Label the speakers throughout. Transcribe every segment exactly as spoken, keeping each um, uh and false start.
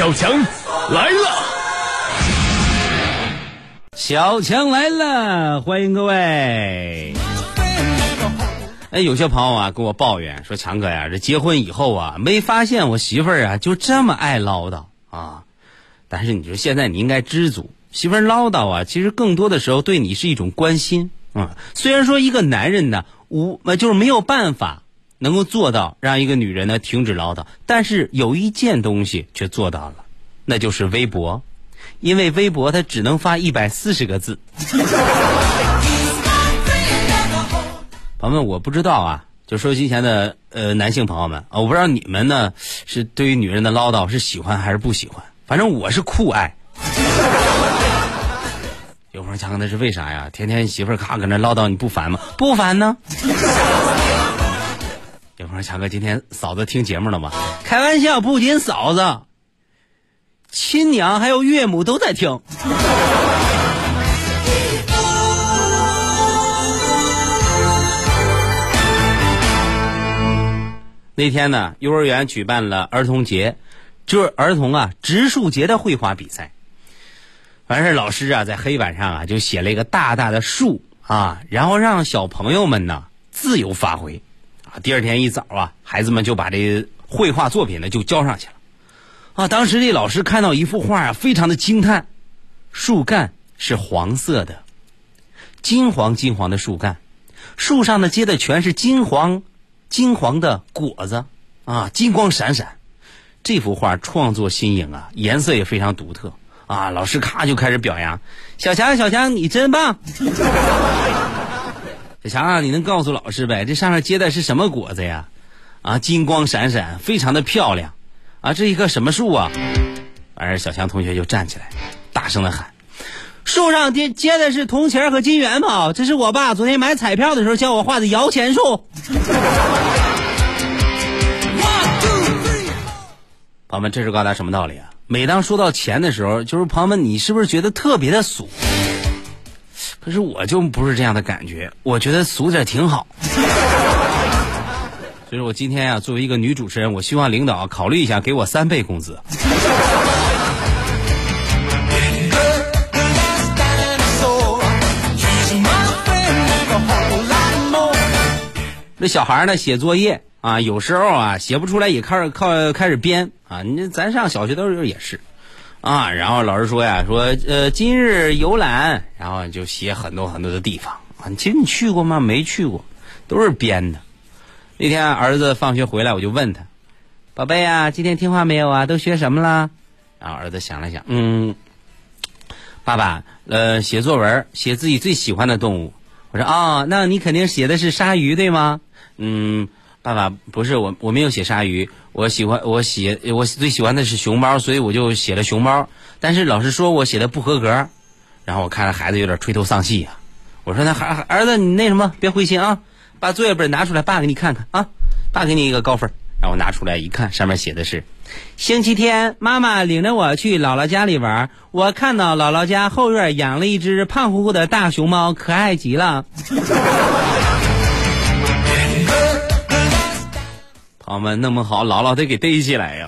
Speaker 1: 小强来了，
Speaker 2: 小强来了，欢迎各位。哎，有些朋友啊跟我抱怨说，强哥呀，这结婚以后啊，没发现我媳妇儿啊就这么爱唠叨啊。但是你说现在你应该知足，媳妇儿唠叨啊，其实更多的时候对你是一种关心啊。虽然说一个男人呢无就是没有办法能够做到让一个女人呢停止唠叨，但是有一件东西却做到了，那就是微博。因为微博它只能发一百四十个字。朋友们，我不知道啊，就收机前的呃男性朋友们啊，我不知道你们呢是对于女人的唠叨是喜欢还是不喜欢，反正我是酷爱。有朋友强哥，那是为啥呀？天天媳妇儿咔搁那唠叨，你不烦吗？不烦呢。有朋友强哥，今天嫂子听节目了吗？开玩笑，不仅嫂子，亲娘还有岳母都在听。那天呢，幼儿园举办了儿童节，就是儿童啊植树节的绘画比赛。完事老师啊在黑板上啊就写了一个大大的树啊，然后让小朋友们呢自由发挥啊。第二天一早啊，孩子们就把这绘画作品呢就交上去了啊。当时这老师看到一幅画啊，非常的惊叹，树干是黄色的，金黄金黄的树干，树上呢结的全是金黄金黄的果子啊，金光闪闪。这幅画创作新颖啊，颜色也非常独特啊。老师咔就开始表扬，小强小强你真棒。小强啊，你能告诉老师呗，这上面结的是什么果子呀？啊，金光闪闪，非常的漂亮啊，这一棵什么树啊？完事小强同学就站起来大声的喊，树上结结的是铜钱和金元宝，这是我爸昨天买彩票的时候教我画的摇钱树。朋友们，这是告诉大家什么道理啊？每当说到钱的时候，就是朋友们，你是不是觉得特别的俗？可是我就不是这样的感觉，我觉得俗点挺好。所以说我今天啊，作为一个女主持人，我希望领导考虑一下，给我三倍工资。这小孩呢写作业啊，有时候啊写不出来也开始靠开始编啊。你咱上小学的时候也是啊。然后老师说呀，说呃今日游览，然后就写很多很多的地方啊。其实你去过吗？没去过，都是编的。那天儿子放学回来，我就问他，宝贝啊，今天听话没有啊？都学什么了？然后儿子想了想，嗯，爸爸，呃，写作文，写自己最喜欢的动物。我说啊、哦，那你肯定写的是鲨鱼对吗？嗯，爸爸不是，我我没有写鲨鱼，我喜欢我写我最喜欢的是熊猫，所以我就写了熊猫。但是老师说我写的不合格，然后我看着孩子有点垂头丧气啊。我说那孩儿子你那什么别灰心啊，把作业本拿出来，爸给你看看啊，爸给你一个高分。然后我拿出来一看，上面写的是星期天妈妈领着我去姥姥家里玩，我看到姥姥家后院养了一只胖乎乎的大熊猫，可爱极了。朋友们，那么好，姥姥得给逮起来呀。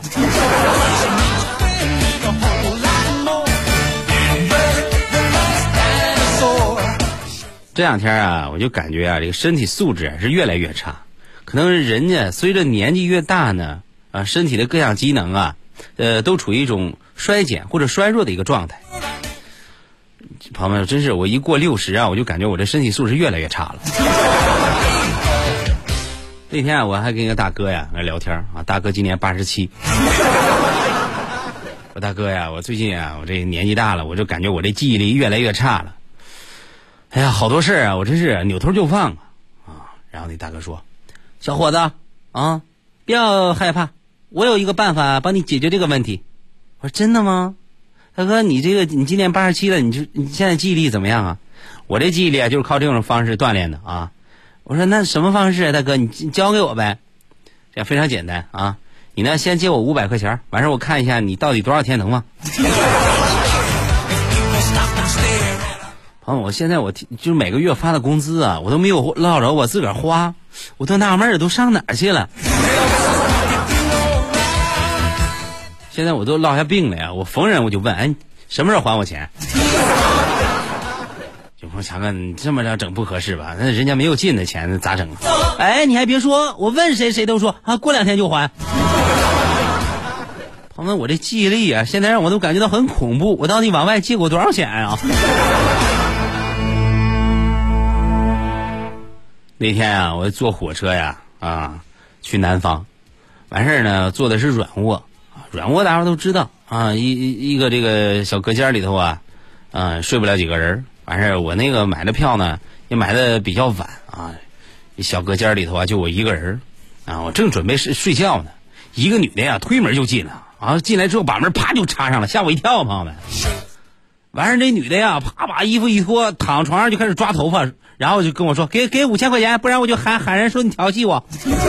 Speaker 2: 这两天啊，我就感觉啊，这个身体素质是越来越差。可能是人家随着年纪越大呢，啊，身体的各项机能啊，呃，都处于一种衰减或者衰弱的一个状态。朋友们，真是我一过六十啊，我就感觉我这身体素质越来越差了。那天啊，我还跟一个大哥呀来聊天啊，大哥今年八十七。我大哥呀，我最近啊，我这年纪大了，我就感觉我这记忆力越来越差了。哎呀，好多事儿啊，我真是扭头就忘啊啊！然后那大哥说，小伙子啊，不要害怕，我有一个办法帮你解决这个问题。我说真的吗？大哥，你这个你今年八十七了，你就你现在记忆力怎么样啊？我这记忆力啊，就是靠这种方式锻炼的啊。我说那什么方式啊，大哥，你教给我呗。这样非常简单啊，你呢先借我五百块钱，完事我看一下你到底多少天能吗？朋友，我现在我就是每个月发的工资啊，我都没有落着我自个儿花，我都纳闷儿都上哪儿去了。 现在我都落下病了呀，我逢人我就问，哎，什么时候还我钱？就说强哥，你这么着整不合适吧？那人家没有进的钱咋整？哎，你还别说，我问谁谁都说啊，过两天就还。朋友们，我这记忆力啊，现在让我都感觉到很恐怖。我到底往外借过多少钱啊？那天啊，我坐火车呀，啊，去南方，完事儿呢，坐的是软卧，软卧大家都知道啊，一一个这个小隔间里头啊，啊，睡不了几个人。完事儿，我那个买的票呢，也买的比较晚啊，小隔间里头啊，就我一个人啊，我正准备睡睡觉呢，一个女的呀，推门就进了。啊！进来之后把门啪就插上了，吓我一跳，朋友们。完事这女的呀，啪把衣服一脱，躺床上就开始抓头发，然后就跟我说：“给给五千块钱，不然我就喊喊人说你调戏我。”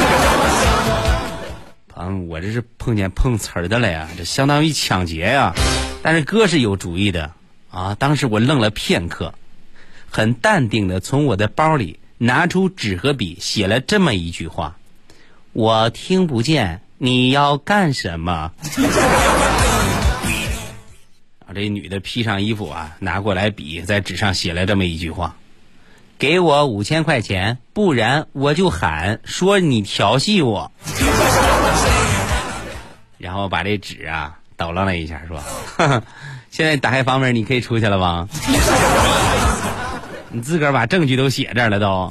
Speaker 2: 朋友，我这是碰见碰瓷儿的了呀，这相当于抢劫呀。但是哥是有主意的啊！当时我愣了片刻，很淡定的从我的包里拿出纸和笔，写了这么一句话：“我听不见。”你要干什么？啊，这女的披上衣服啊，拿过来笔，在纸上写了这么一句话：“给我五千块钱，不然我就喊说你调戏我。”然后把这纸啊捣乱了一下，说：“呵呵，现在打开房门，你可以出去了吧？你自个儿把证据都写这儿了都。”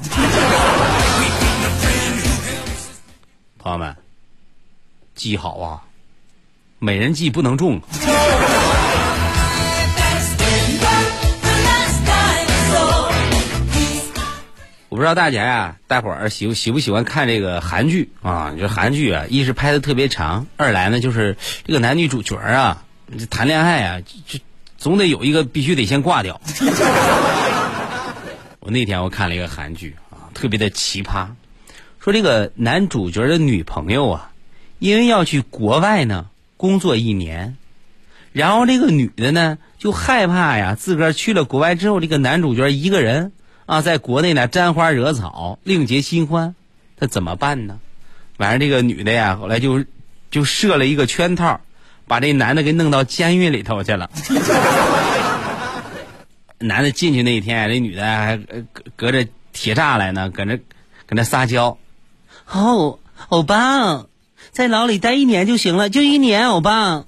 Speaker 2: 朋友们。记好啊，美人计不能中。我不知道大家呀，待会儿喜喜不喜欢看这个韩剧啊？你说韩剧啊，一是拍的特别长，二来呢就是这个男女主角啊，谈恋爱啊，就总得有一个必须得先挂掉。我那天我看了一个韩剧啊，特别的奇葩，说这个男主角的女朋友啊。因为要去国外呢工作一年，然后这个女的呢就害怕呀，自个儿去了国外之后，这个男主角一个人啊，在国内呢沾花惹草，另结新欢，他怎么办呢？晚上这个女的呀，后来就就设了一个圈套，把这男的给弄到监狱里头去了。男的进去那一天，这女的还隔着铁栅栏呢，搁那搁那撒娇，哦，欧巴。在牢里待一年就行了，就一年，欧巴。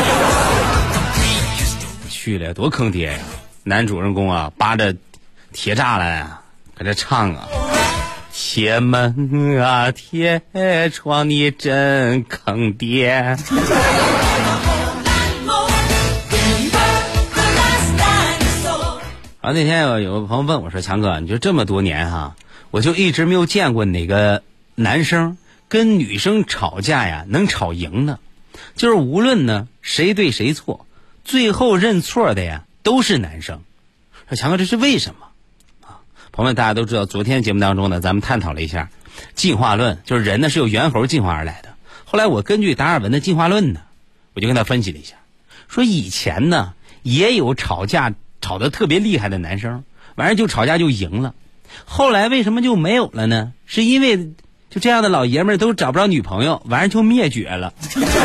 Speaker 2: 去了多坑爹呀！男主人公啊，扒着铁栅栏啊，搁这唱啊：“铁门啊，铁窗，你真坑爹。”啊，那天有有个朋友问我说：“强哥，你就这么多年哈，我就一直没有见过哪个男生。”跟女生吵架呀，能吵赢的，就是无论呢谁对谁错，最后认错的呀都是男生。说强哥，这是为什么啊？朋友们，大家都知道，昨天节目当中呢，咱们探讨了一下进化论，就是人呢是由猿猴进化而来的。后来我根据达尔文的进化论呢，我就跟他分析了一下，说以前呢也有吵架吵得特别厉害的男生，完事就吵架就赢了。后来为什么就没有了呢？是因为就这样的老爷们儿都找不着女朋友，完事就灭绝了。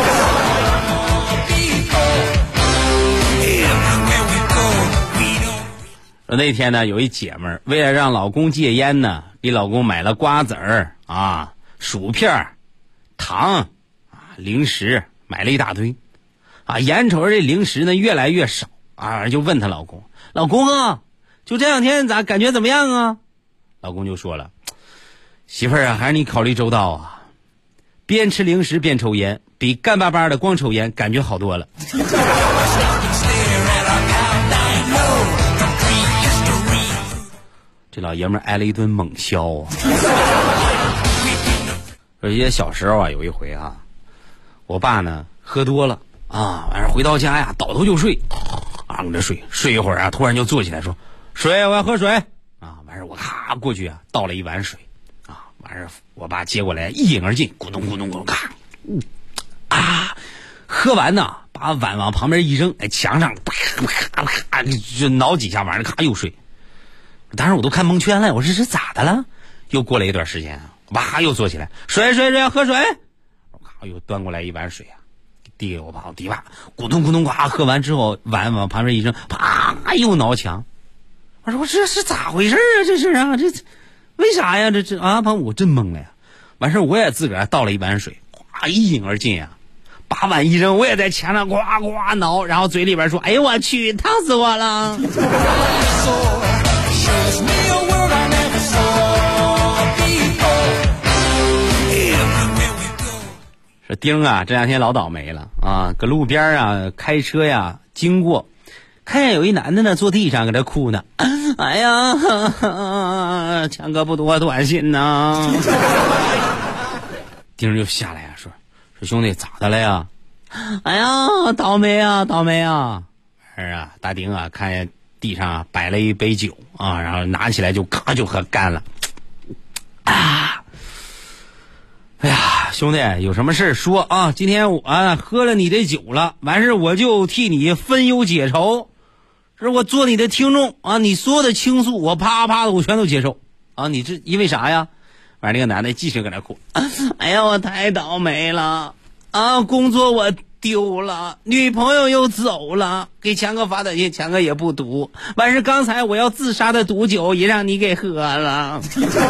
Speaker 2: 那天呢，有一姐们儿为了让老公戒烟呢，给老公买了瓜子儿啊、薯片、糖啊、零食，买了一大堆啊。眼瞅着这零食呢越来越少啊，就问她老公：“老公啊，就这两天咋感觉怎么样啊？”老公就说了。媳妇儿啊，还是你考虑周到啊！边吃零食边抽烟，比干巴巴的光抽烟感觉好多了。这老爷们儿挨了一顿猛削啊！而且小时候啊，有一回啊，我爸呢喝多了啊，晚上回到家呀，倒头就睡，啊，搁这睡睡一会儿啊，突然就坐起来说：“水，我要喝水啊！”完事我咔过去啊，倒了一碗水。完事我爸接过来一饮而尽，咕咚咕咚咕咚，咔，嗯啊，喝完呢，把碗往旁边一扔，哎，墙上啪啪啪就挠几下，晚上咔又睡。当时我都看蒙圈了，我说这咋的了？又过了一段时间啊，哇，又坐起来，水水水，要喝水。咔又端过来一碗水啊， 递给我爸，我弟爸咕咚咕咚呱喝完之后，碗往旁边一扔，啪又挠墙。我说这是咋回事啊？这是啊，这为啥呀？这这啊，把我真懵了呀！完事我也自个儿倒了一碗水，哗一饮而尽呀。把碗一扔，我也在墙上呱呱挠，然后嘴里边说：“哎呦我去，烫死我了！”说丁啊，这两天老倒霉了啊，搁路边啊开车呀经过，看见有一男的呢坐地上搁这哭呢。哎呀，强哥不多短信呢。丁就下来呀，说说兄弟咋的了呀？哎呀，倒霉啊，倒霉啊！是啊，大丁啊，看见地上摆了一杯酒啊，然后拿起来就咔就喝干了。啊！哎呀，兄弟，有什么事说啊？今天我、啊、喝了你的酒了，完事我就替你分忧解愁。是我做你的听众啊，你所有的倾诉，我啪啪的我全都接受啊！你这因为啥呀？完那个男的继续搁那哭。哎呀，我太倒霉了啊！工作我丢了，女朋友又走了，给强哥发短信，强哥也不读。完事刚才我要自杀的毒酒也让你给喝了。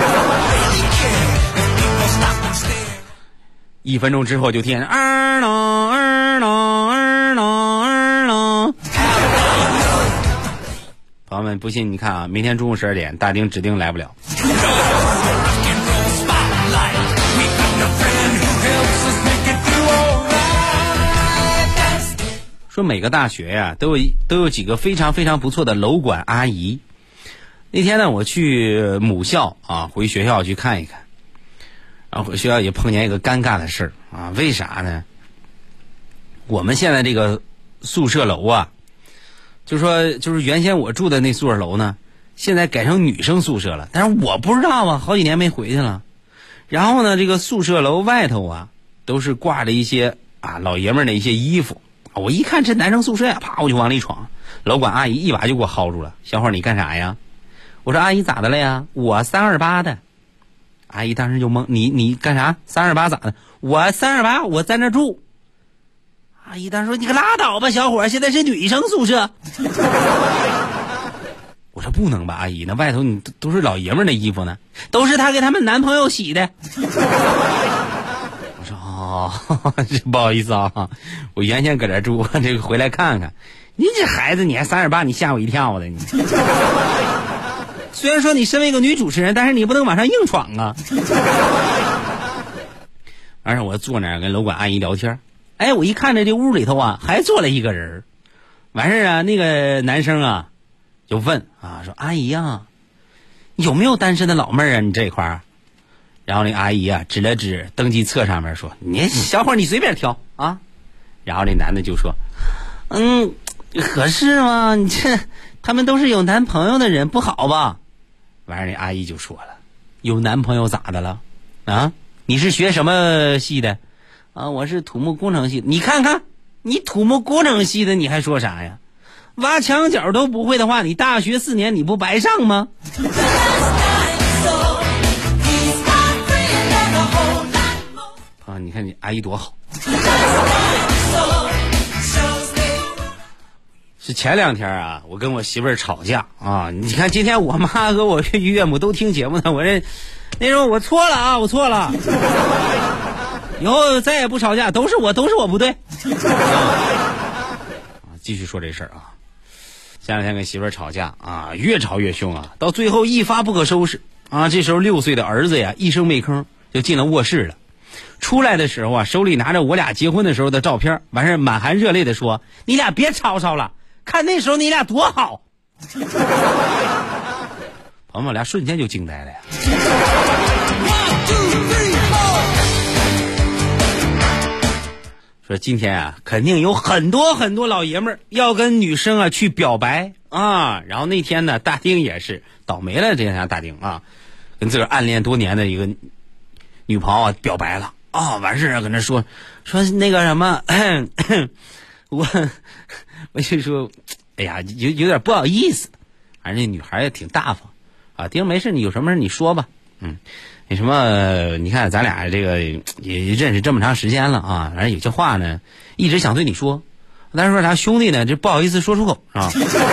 Speaker 2: 一分钟之后就听儿呢儿呢儿呢儿呢。朋友们不信你看啊，明天中午十二点大丁指定来不了。说每个大学呀、啊、都有都有几个非常非常不错的楼管阿姨。那天呢我去母校啊，回学校去看一看，然后回学校也碰见一个尴尬的事儿啊，为啥呢？我们现在这个宿舍楼啊，就说就是原先我住的那宿舍楼呢，现在改成女生宿舍了，但是我不知道啊，好几年没回去了。然后呢，这个宿舍楼外头啊，都是挂着一些啊老爷们儿的一些衣服。我一看这男生宿舍呀，啪我就往里闯，楼管阿姨一把就给我薅住了。小伙儿你干啥呀？我说阿姨咋的了呀？我三二八的。阿姨当时就懵，你你干啥？三二八咋的？我三二八，我在那住。阿姨当时说你可拉倒吧，小伙儿，现在是女生宿舍。我说不能吧，阿姨，那外头你都都是老爷们儿的衣服呢，都是她给他们男朋友洗的。我说哦，不好意思啊，我原先搁这住，这个回来看看。你这孩子，你还三十八，你吓我一跳的你。虽然说你身为一个女主持人，但是你不能往上硬闯啊。完事我坐那儿跟楼管阿姨聊天，哎，我一看这这屋里头啊，还坐了一个人。完事啊，那个男生啊。就问啊，说阿姨啊，有没有单身的老妹儿啊？你这一块儿，然后那阿姨啊指了指登记册上面说：“你小伙儿你随便挑啊。”然后那男的就说：“嗯，合适吗？你这他们都是有男朋友的人，不好吧？”完事那阿姨就说了：“有男朋友咋的了？啊？你是学什么系的？啊，我是土木工程系的。你看看，你土木工程系的，你还说啥呀？”挖墙角都不会的话，你大学四年你不白上吗？啊，你看你阿姨多好。是前两天啊，我跟我媳妇儿吵架啊。你看今天我妈和我岳母都听节目呢，我这那时候我错了啊，我错了。以后再也不吵架，都是我，都是我不对。啊，继续说这事儿啊。前两天跟媳妇儿吵架啊，越吵越凶啊，到最后一发不可收拾啊。这时候六岁的儿子呀，一声没吭就进了卧室了。出来的时候啊，手里拿着我俩结婚的时候的照片，完事满含热泪的说：“你俩别吵吵了，看那时候你俩多好。”朋友们俩瞬间就惊呆了呀。说今天啊，肯定有很多很多老爷们儿要跟女生啊去表白啊。然后那天呢，大丁也是倒霉了。这天大丁啊，跟自个儿暗恋多年的一个女朋友啊表白了啊。完事啊，跟那说说那个什么，咳咳我我就说，哎呀，有有点不好意思。反正那女孩也挺大方啊。丁没事，你有什么事你说吧，嗯。那什么，你看咱俩这个也认识这么长时间了啊，反正有些话呢， 一直想对你说，但是说啥兄弟呢，这不好意思说出口啊。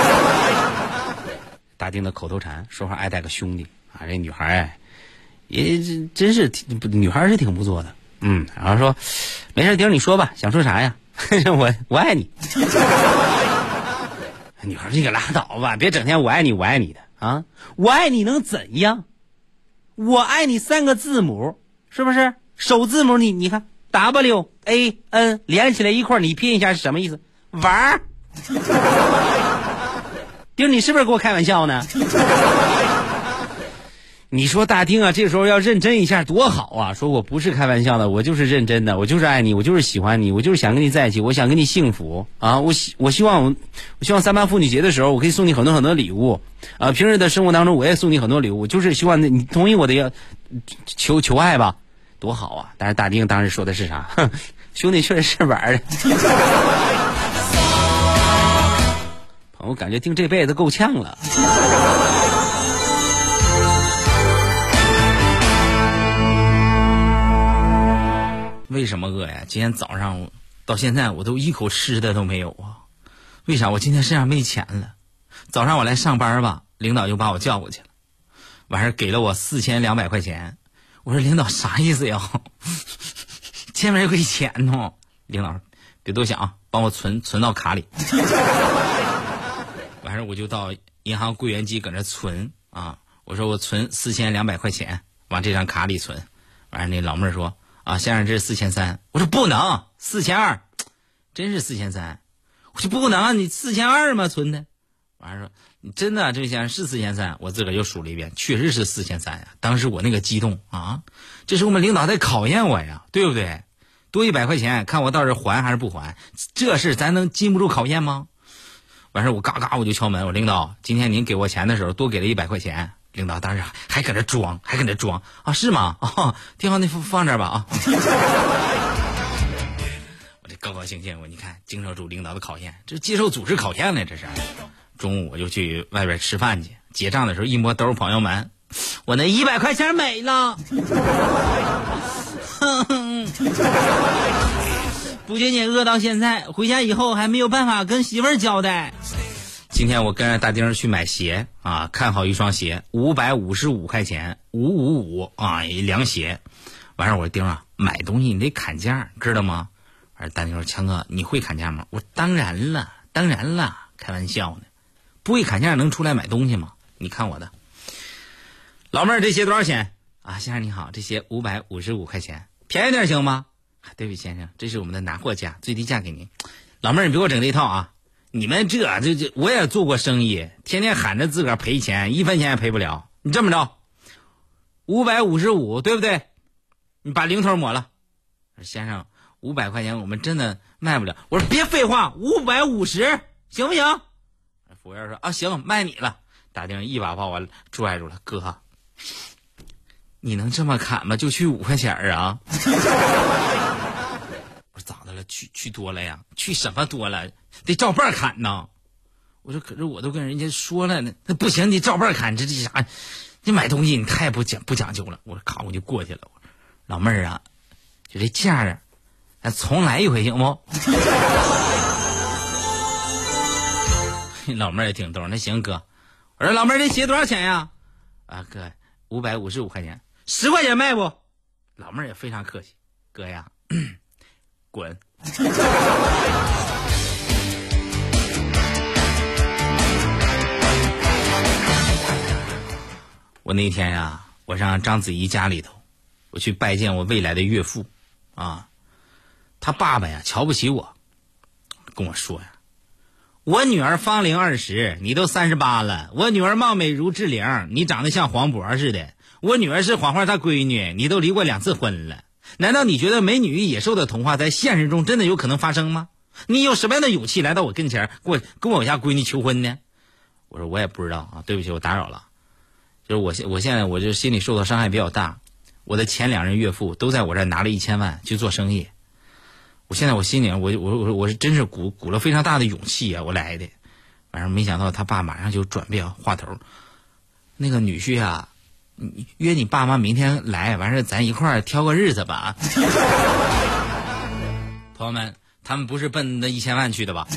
Speaker 2: 大丁的口头禅，说话爱带个兄弟啊，这女孩也真是挺，女孩是挺不错的，嗯，然后说没事丁你说吧，想说啥呀？我我爱你。女孩，你可拉倒吧，别整天我爱你我爱你的啊！我爱你能怎样？我爱你三个字母是不是？首字母你你看 W A N 连起来一块，你拼一下是什么意思？玩儿。丁，你是不是给我开玩笑呢？你说大丁啊，这个时候要认真一下多好啊！说我不是开玩笑的，我就是认真的，我就是爱你，我就是喜欢你，我就是想跟你在一起，我想跟你幸福啊！我希我希望我我希望三八妇女节的时候，我可以送你很多很多礼物啊！平时的生活当中，我也送你很多礼物，就是希望你同意我的要求求爱吧，多好啊！但是大丁当时说的是啥？哼，兄弟确实是玩的。朋友感觉丁这辈子够呛了。为什么饿呀？今天早上到现在我都一口吃的都没有啊！为啥？我今天身上没钱了。早上我来上班吧，领导又把我叫过去了，完事给了我四千两百块钱。我说领导啥意思呀？前面有给钱呢。领导别多想啊，帮我存存到卡里。完事我就到银行柜员机搁那存啊，我说我存四千两百块钱往这张卡里存。完事那老妹儿说。啊，先生，这是四千三。我说不能，四千二，真是四千三。我说不能，你四千二吗？存的。完了说你真的这先生是四千三，我自个儿又数了一遍，确实是四千三呀。当时我那个激动啊，这是我们领导在考验我呀，对不对？多一百块钱，看我到底还还是不还，这事咱能经不住考验吗？完事我嘎嘎我就敲门，我领导，今天您给我钱的时候多给了一百块钱。领导当时还搁那装，还搁那装啊？是吗？哦，挺好，那放放这儿吧啊！我这高高兴兴，我你看经受住领导的考验，这接受组织考验呢，这是。中午我就去外边吃饭去，结账的时候一摸兜，朋友们，我那一百块钱没了。不仅仅饿到现在，回家以后还没有办法跟媳妇儿交代。今天我跟着大丁去买鞋啊，看好一双鞋，五百五十五块钱，五五五啊，一凉鞋。完事我说丁啊，买东西你得砍价，知道吗？完大丁说强哥，你会砍价吗？我说当然了，当然了，开玩笑呢，不会砍价能出来买东西吗？你看我的，老妹儿，这鞋多少钱啊？先生你好，这鞋五百五十五块钱，便宜点行吗？啊，对不起先生，这是我们的拿货价，最低价给您。老妹儿，你别给我整这一套啊！你们这这这，我也做过生意，天天喊着自个儿赔钱，一分钱也赔不了。你这么着，五百五十五，对不对？你把零头抹了。先生，五百块钱我们真的卖不了。我说别废话，五百五十行不行？服务员说啊行，卖你了。大丁一把把我拽住了，哥，你能这么砍吗？就去五块钱啊？我说咋的了？去去多了呀？去什么多了？得照半砍呢。我说可是我都跟人家说了呢，那不行，你照半砍，这这啥？你买东西你太不讲不讲究了。我说咔，我就过去了。我说老妹儿啊，就这价啊，咱重来一回行不？老妹儿也挺逗，那行哥。我说老妹儿，这鞋多少钱呀？啊哥，五百五十五块钱，十块钱卖不？老妹儿也非常客气，哥呀，滚。我那天呀，我上章子怡家里头，我去拜见我未来的岳父，啊，他爸爸呀瞧不起我，跟我说呀，我女儿芳龄二十，你都三十八了；我女儿貌美如志玲，你长得像黄渤似的；我女儿是黄花大闺女，你都离过两次婚了。难道你觉得美女与野兽的童话在现实中真的有可能发生吗？你有什么样的勇气来到我跟前，跟我跟我家闺女求婚呢？我说我也不知道啊，对不起，我打扰了。就是我现我现在我就心里受到伤害比较大，我的前两任岳父都在我这儿拿了一千万去做生意，我现在我心里我我我我是真是鼓鼓了非常大的勇气啊，我来的，反正没想到他爸马上就转变话头，那个女婿啊，你约你爸妈明天来，完事咱一块儿挑个日子吧。朋友们， 他们不是奔那一千万去的吧？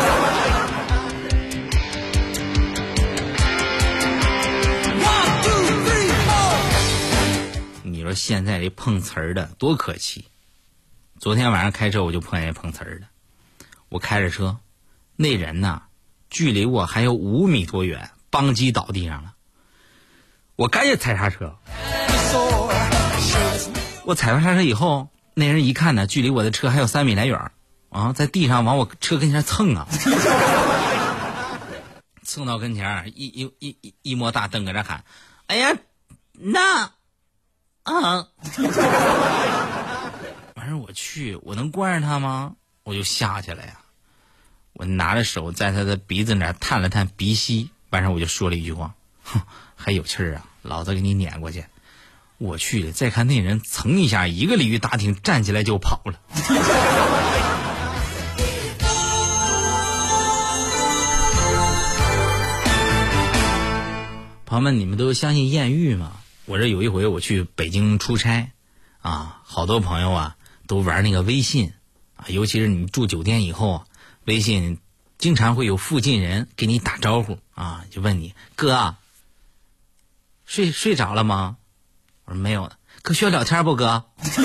Speaker 2: 你说现在这碰瓷儿的多可气！昨天晚上开车我就碰见碰瓷儿的，我开着车，那人呐，距离我还有五米多远，邦机倒地上了。我赶紧踩刹车。我踩完刹车以后，那人一看呢，距离我的车还有三米来远啊，在地上往我车跟前蹭啊，蹭到跟前，一一一一一摸大灯搁这喊：“哎呀，那啊！”完事我去，我能惯着他吗？我就下去了呀。我拿着手在他的鼻子那儿探了探鼻息，完事我就说了一句话：“哼，还有气儿啊，老子给你撵过去。”我去，再看那人噌一下一个鲤鱼打挺站起来就跑了。朋友们，你们都相信艳遇吗？我这有一回我去北京出差啊，好多朋友啊都玩那个微信啊，尤其是你住酒店以后，微信经常会有附近人给你打招呼啊，就问你哥睡睡着了吗？我说没有呢。哥需要聊天不哥？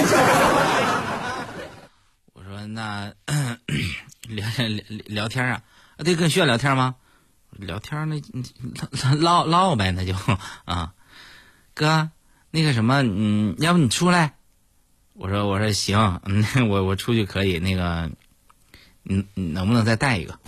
Speaker 2: 我说那聊聊聊天啊，啊对哥需要聊天吗？聊天那唠唠呗，那就啊，哥那个什么，嗯，要不你出来？我说我说行，嗯，我我出去可以，那个，嗯，能不能再带一个？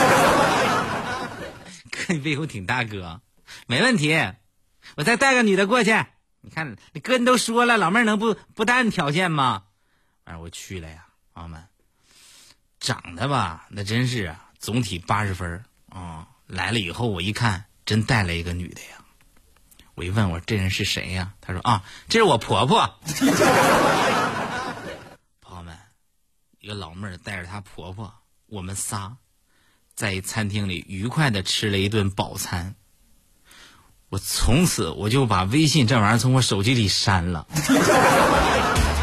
Speaker 2: 哥你背后挺大哥，没问题，我再带个女的过去。你看，你哥你都说了，老妹儿能不不带你条件吗？哎，我去了呀，朋友们，长得吧，那真是啊，总体八十分啊、哦。来了以后，我一看，真带了一个女的呀。我一问我这人是谁呀？他说啊，这是我婆婆。朋友们，一个老妹儿带着她婆婆，我们仨在餐厅里愉快的吃了一顿饱餐。我从此我就把微信这玩意儿从我手机里删了。